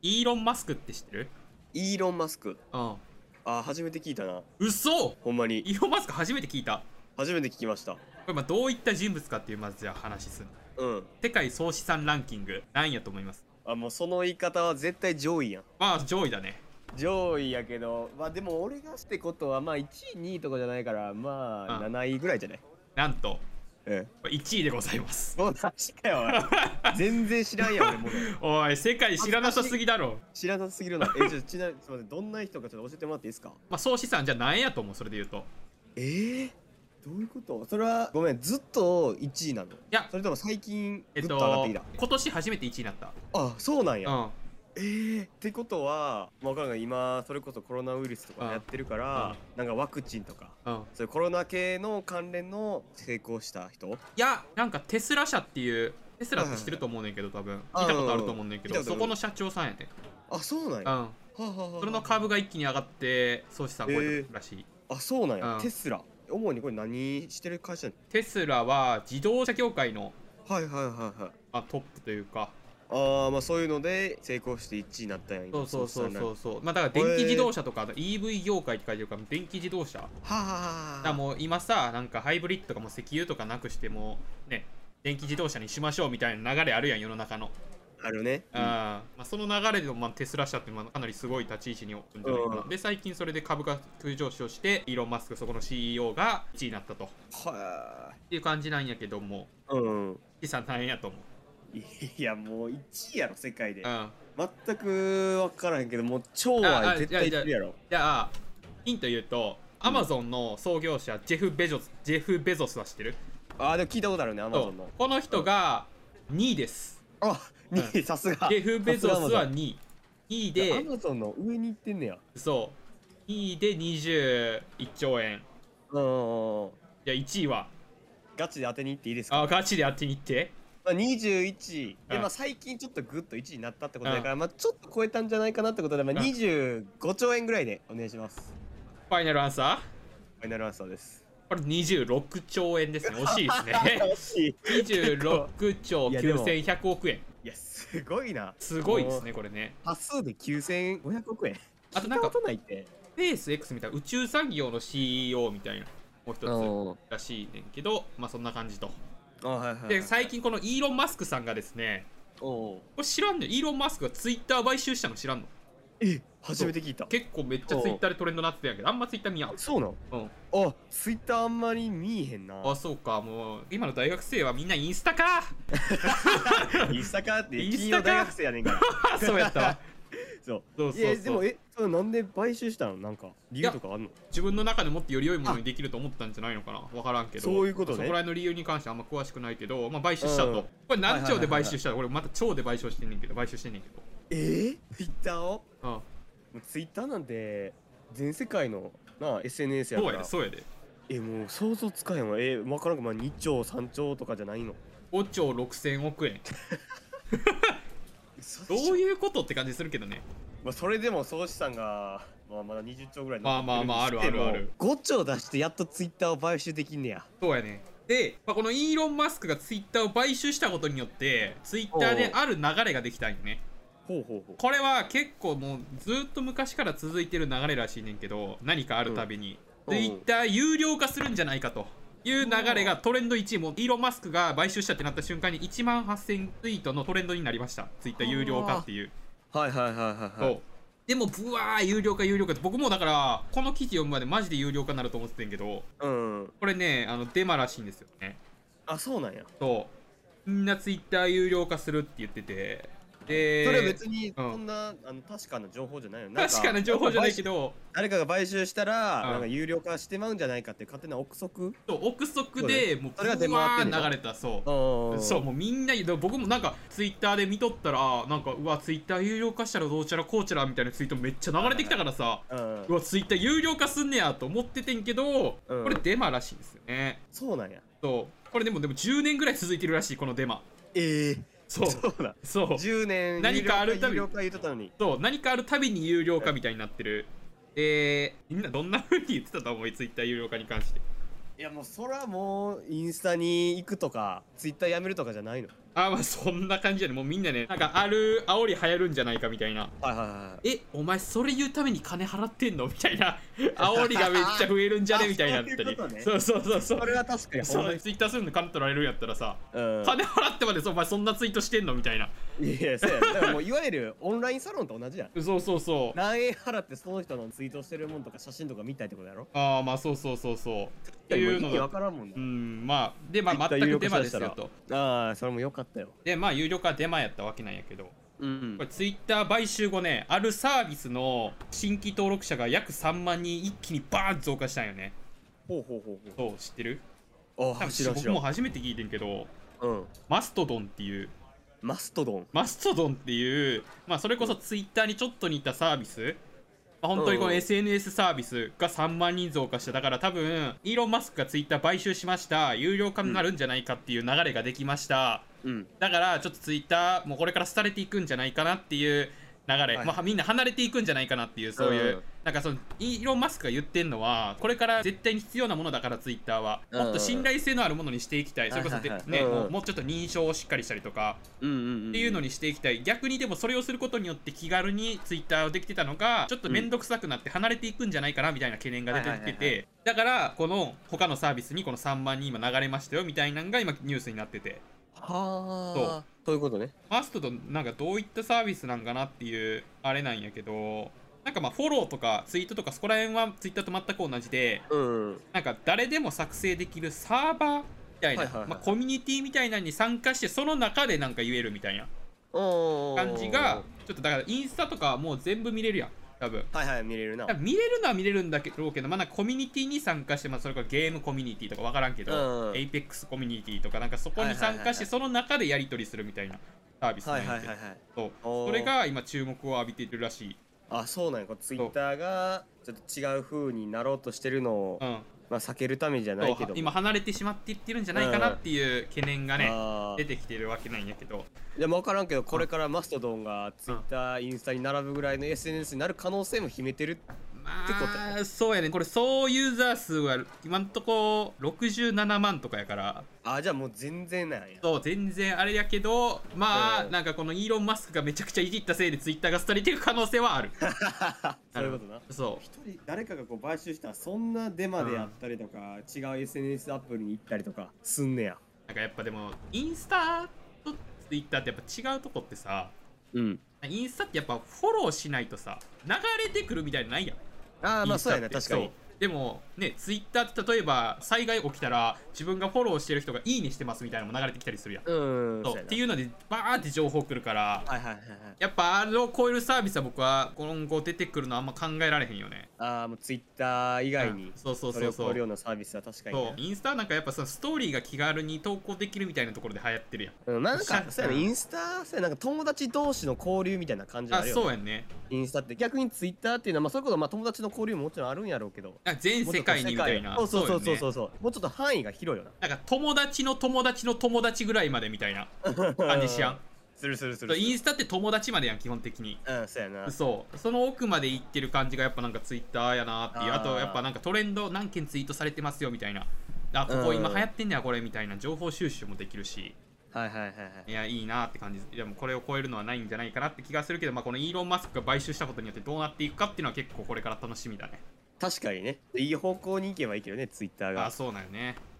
イーロン・マスクって知ってる？ イーロン・マスク。 うん。 あ、初めて聞いたな。 嘘！ ほんまに。 イーロン・マスク初めて聞いた。 初めて聞きました。 これまあどういった人物かっていうまずじゃあ話するの。 うん。 世界総資産ランキング何やと思います？ あ、もうその言い方は絶対上位やん。 まあ上位だね。 上位やけど、まあでも俺がしてことはまあ1位、2位とかじゃないから、まあうん 7位ぐらいじゃない？ なんとうん。 1位でございます。 もう確かよ、おい。全然知らんやん、俺もう。 おい、世界知らなさすぎだろ。 知らなさすぎるな。ちなみに、すみません、どんな人かちょっと教えてもらっていいですか？ まあ総資産じゃあ何やと思う？それで言うと。 どういうこと？それは、ごめん、ずっと1位なの？いやそれとも最近、ぐっと上がってきた？ 今年初めて1位になった。 あ、そうなんや。 うん。 ってことは、わからんが今、それこそコロナウイルスとかやってるかうんら、なんかワクチンとか、 うん。 そういうコロナ系の関連の成功した人？ いや、なんかテスラ社っていう、テスラって知ってると思うねんけど、多分見たことあると思うねんけど、そこの社長さんやね。 あ、そうなんや。 うん。それの株が一気に上がって総資産超えてるらしい。 あ、そうなんや。 うんテスラ。主にこれ何してる会社なテスラは自動車業界の、 の？はいはいはいはい。 まあ、トップというか、 ああ、まあそういうので成功して1位になったんや。今そう。まあだから電気自動車とか、EV 業界って書いてるから、電気自動車。だかはらもう今さ、なんかハイブリッドとかも石油とかなくしても、ね、電気自動車にしましょうみたいな流れあるやん、世の中の。 あるね。 まあ、その流れでも、まあ、テスラ社ってかなりすごい立ち位置に置くんじゃないかな。で、最近それで株が急上昇して、イーロン・マスク、そこの CEO が1位になったと。っはていう感じなんやけども、 い。うん。 資産大変やと思う。 いや、もう1位やろ、世界で。 うん。 全く分からへんけど、もう超は絶対いってるやろ。 じゃあ、ヒント言うと、アマゾンの創業者、ジェフ・ベゾスは知ってる？ ああ、でも聞いたことあるね、アマゾンの。 この人が2位です。 あ、2位、さすが。 ジェフ・ベゾスは2位。2位で、 アマゾンの上に行ってんねや。 そう。2位で21兆円。 うん。 じゃあ1位は？ ガチで当てに行っていいですか？ ガチで当てに行って。 まあ、21で、 うんまあ、最近ちょっとグッと1位になったってことだから、まあ、ちょっと超えたんじゃないかなってことで、まあ、25兆円ぐらいでお願いします。 ファイナルアンサー？ ファイナルアンサーです。 これ26兆円ですね。惜しいですね。 惜しい。 26兆9100億円。 いや、すごいな。 すごいですね、これね。 端数で9500億円。 あとなんか聞いたことないって。 スペース X みたいな宇宙産業の CEO みたいな、もう一つらしいねんけど、まあそんな感じと。で、最近このイーロン・マスクさんがですね、これ知らんの？イーロン・マスクがツイッター買収したの知らんの？ 初めて聞いた。 結構めっちゃツイッターでトレンドになってたんやけど、あんまツイッター見やん。 そうなの？ うん。 あ、ツイッターあんまり見えへんな。 あ、そうか。もう今の大学生はみんなインスタか。 インスタかってインスタか金曜大学生やねんから。 そうやったわ。 そういやでもそれなんで買収したの？なんか理由とかあんの？ 自分の中でもっとより良いものにできると思ったんじゃないのかな。分からんけど、 そういうことね。 そこら辺の理由に関してはあんま詳しくないけど、まあ買収したと。これ何兆で買収したの？俺また兆で買収してんねんけど、ツイッターを？ うん。 ツイッターなんて全世界のな SNS やから。 そうやで。 もう想像つかへんわ。分からんか、まあ2兆3兆とかじゃないの ？5兆6000億円。どういうことって感じするけどね。 まあそれでも総資産が、まあ、まだ20兆ぐらいまあある。 5兆出してやっとツイッターを買収できんねや。 そうやね。で、まあ、このイーロン・マスクがツイッターを買収したことによってツイッターである流れができたんよね。これは結構もうずっと昔から続いてる流れらしいねんけど、何かあるたびにツイッター有料化するんじゃないかという流れがトレンド1位。もイーロン・マスクが買収したってなった瞬間に1万8000ツイートのトレンドになりました。ツイッター有料化っていう。でもブワー有料化って僕もだからこの記事読むまでマジで有料化になると思ってたんけど、これねデマらしいんですよね。 あ、そうなんや。 みんなツイッター有料化するって言ってて、でそれは別にそんな、確かな情報じゃないよ。 確かな情報じゃないけど、 誰かが買収したら、なんか有料化してまうんじゃないかって勝手な憶測でもうブワー流れた。そうもうみんな僕もなんかツイッターで見とったら、なんかうわツイッター有料化したらどうちゃらこうちゃらみたいなツイートめっちゃ流れてきたからさ、うわツイッター有料化すんねやと思っててんけど、これデマらしいんですよね。 そうなんや。 これでも10年ぐらい続いてるらしい、このデマ。そう 10年何かあるたびに何かあるたびに有料化みたいになってる。みんなどんな風に言ってたと思い？ツイッター有料化に関して。 いやもうそれはもうインスタに行くとかツイッターやめるとかじゃないの？ まあそんな感じやね。もうみんなね、なんかある煽り流行るんじゃないかみたいな。 はいはいはい。 お前それ言うために金払ってんのみたいな。煽りがめっちゃ増えるんじゃねみたいになったり。そうそうそうそう。 それは確かにそう、ツイッターするの金取られるんやったらさ、 うん、 金払ってまでお前そんなツイートしてんのみたいな。 いや、そうや。だからもういわゆるオンラインサロンと同じやん。 そうそうそう。 何円払ってその人のツイートしてるもんとか写真とか見たいってことやろ。 まあそうそうそうそう。っていうのが分からんもんな。 まあでまあ全くデマですよと。 それも良かったよ。 でまあ有料化デマやったわけなんやけど、 これツイッター買収後ね、あるサービスの新規登録者が約3万人一気にバーン増加したんよね。そう知ってる？多分僕も初めて聞いてんけど、マストドンっていうまあそれこそツイッターにちょっと似たサービス、本当にこの SNS サービスが3万人増加した。だから多分イーロン・マスクがツイッター買収しました、有料化になるんじゃないかっていう流れができました、だからちょっとツイッターもうこれから廃れていくんじゃないかなっていう流れ、まあみんな離れていくんじゃないかなっていう、そういう、なんかそのイーロン・マスクが言ってんのは、これから絶対に必要なものだからツイッターはもっと信頼性のあるものにしていきたい。それこそね、もうちょっと認証をしっかりしたりとかっていうのにしていきたい。逆にでもそれをすることによって気軽にツイッターをできてたのがちょっと面倒くさくなって離れていくんじゃないかなみたいな懸念が出てきてて、だからこの他のサービスにこの3万人今流れましたよみたいなのが今ニュースになってて。 はあ、そういうことね。 マストドンなんかどういったサービスなんかなっていうあれなんやけど、なんかまあフォローとかツイートとかそこら辺はツイッターと全く同じで、なんか誰でも作成できるサーバーみたいな、コミュニティみたいなのに参加してその中でなんか言えるみたいな感じが、ちょっとだからインスタとかはもう全部見れるやん多分。 見れるな。 見れるのは見れるんだろうけど、まあなんかコミュニティに参加して、まあそれからゲームコミュニティとか分からんけど、エイペックスコミュニティとかなんかそこに参加してその中でやり取りするみたいなサービスなんやけど、それが今注目を浴びてるらしい。 そうなんや。ツイッターがちょっと違う風になろうとしてるのを、まあ避けるためじゃないけど、 今離れてしまっていってるんじゃないかなっていう懸念がね、出てきてるわけなんやけど。 でも分からんけど、これからマストドンがツイッター、インスタに並ぶぐらいの SNS になる可能性も秘めてるってこと。 そうやね。これ総ユーザー数は今んとこ67万とかやから。 じゃあもう全然なんや。 そう全然あれやけど、まあなんかこのイーロン・マスクがめちゃくちゃいじったせいでツイッターが廃れていく可能性はある。 そういうことな。 そう一人誰かがこう買収したらそんなデマでやったりとか、違う SNS アプリに行ったりとかすんねや。 なんかやっぱでもインスタとツイッターってやっぱ違うとこってさ、インスタってやっぱフォローしないとさ流れてくるみたいなのないやん。 まあそうやね、確かに。 でもね、ツイッターって例えば災害起きたら自分がフォローしてる人がいいねしてますみたいなのも流れてきたりするやん。そうっていうのでバーって情報来るから、やっぱあれを超えるサービスは僕は今後出てくるのはあんま考えられへんよね。 もうツイッター以外にそれを超えるようなサービスは確かに。 そうインスタなんかやっぱそのストーリーが気軽に投稿できるみたいなところで流行ってるやん。 なんかそうやね、インスタそうやなんか友達同士の交流みたいな感じあるよね。 そうやね。 インスタって逆にツイッターっていうのはまあそういうこと、まあ友達の交流ももちろんあるんやろうけど、 全世界にみたいな。 そうもうちょっと範囲が広いよな。 なんか友達の友達の友達ぐらいまでみたいな感じしやん。 するインスタって友達までやん基本的に。 そうやな。 その奥まで行ってる感じがやっぱなんかツイッターやなっていう。あとやっぱなんかトレンド何件ツイートされてますよみたいな、ここ今流行ってんねやこれみたいな情報収集もできるし、いやいいなって感じ。でもこれを超えるのはないんじゃないかなって気がするけど、まあこのイーロン・マスクが買収したことによってどうなっていくかっていうのは結構これから楽しみだね。 確かにね、いい方向に行けばいいけどね、ツイッターが。 そうなんよね。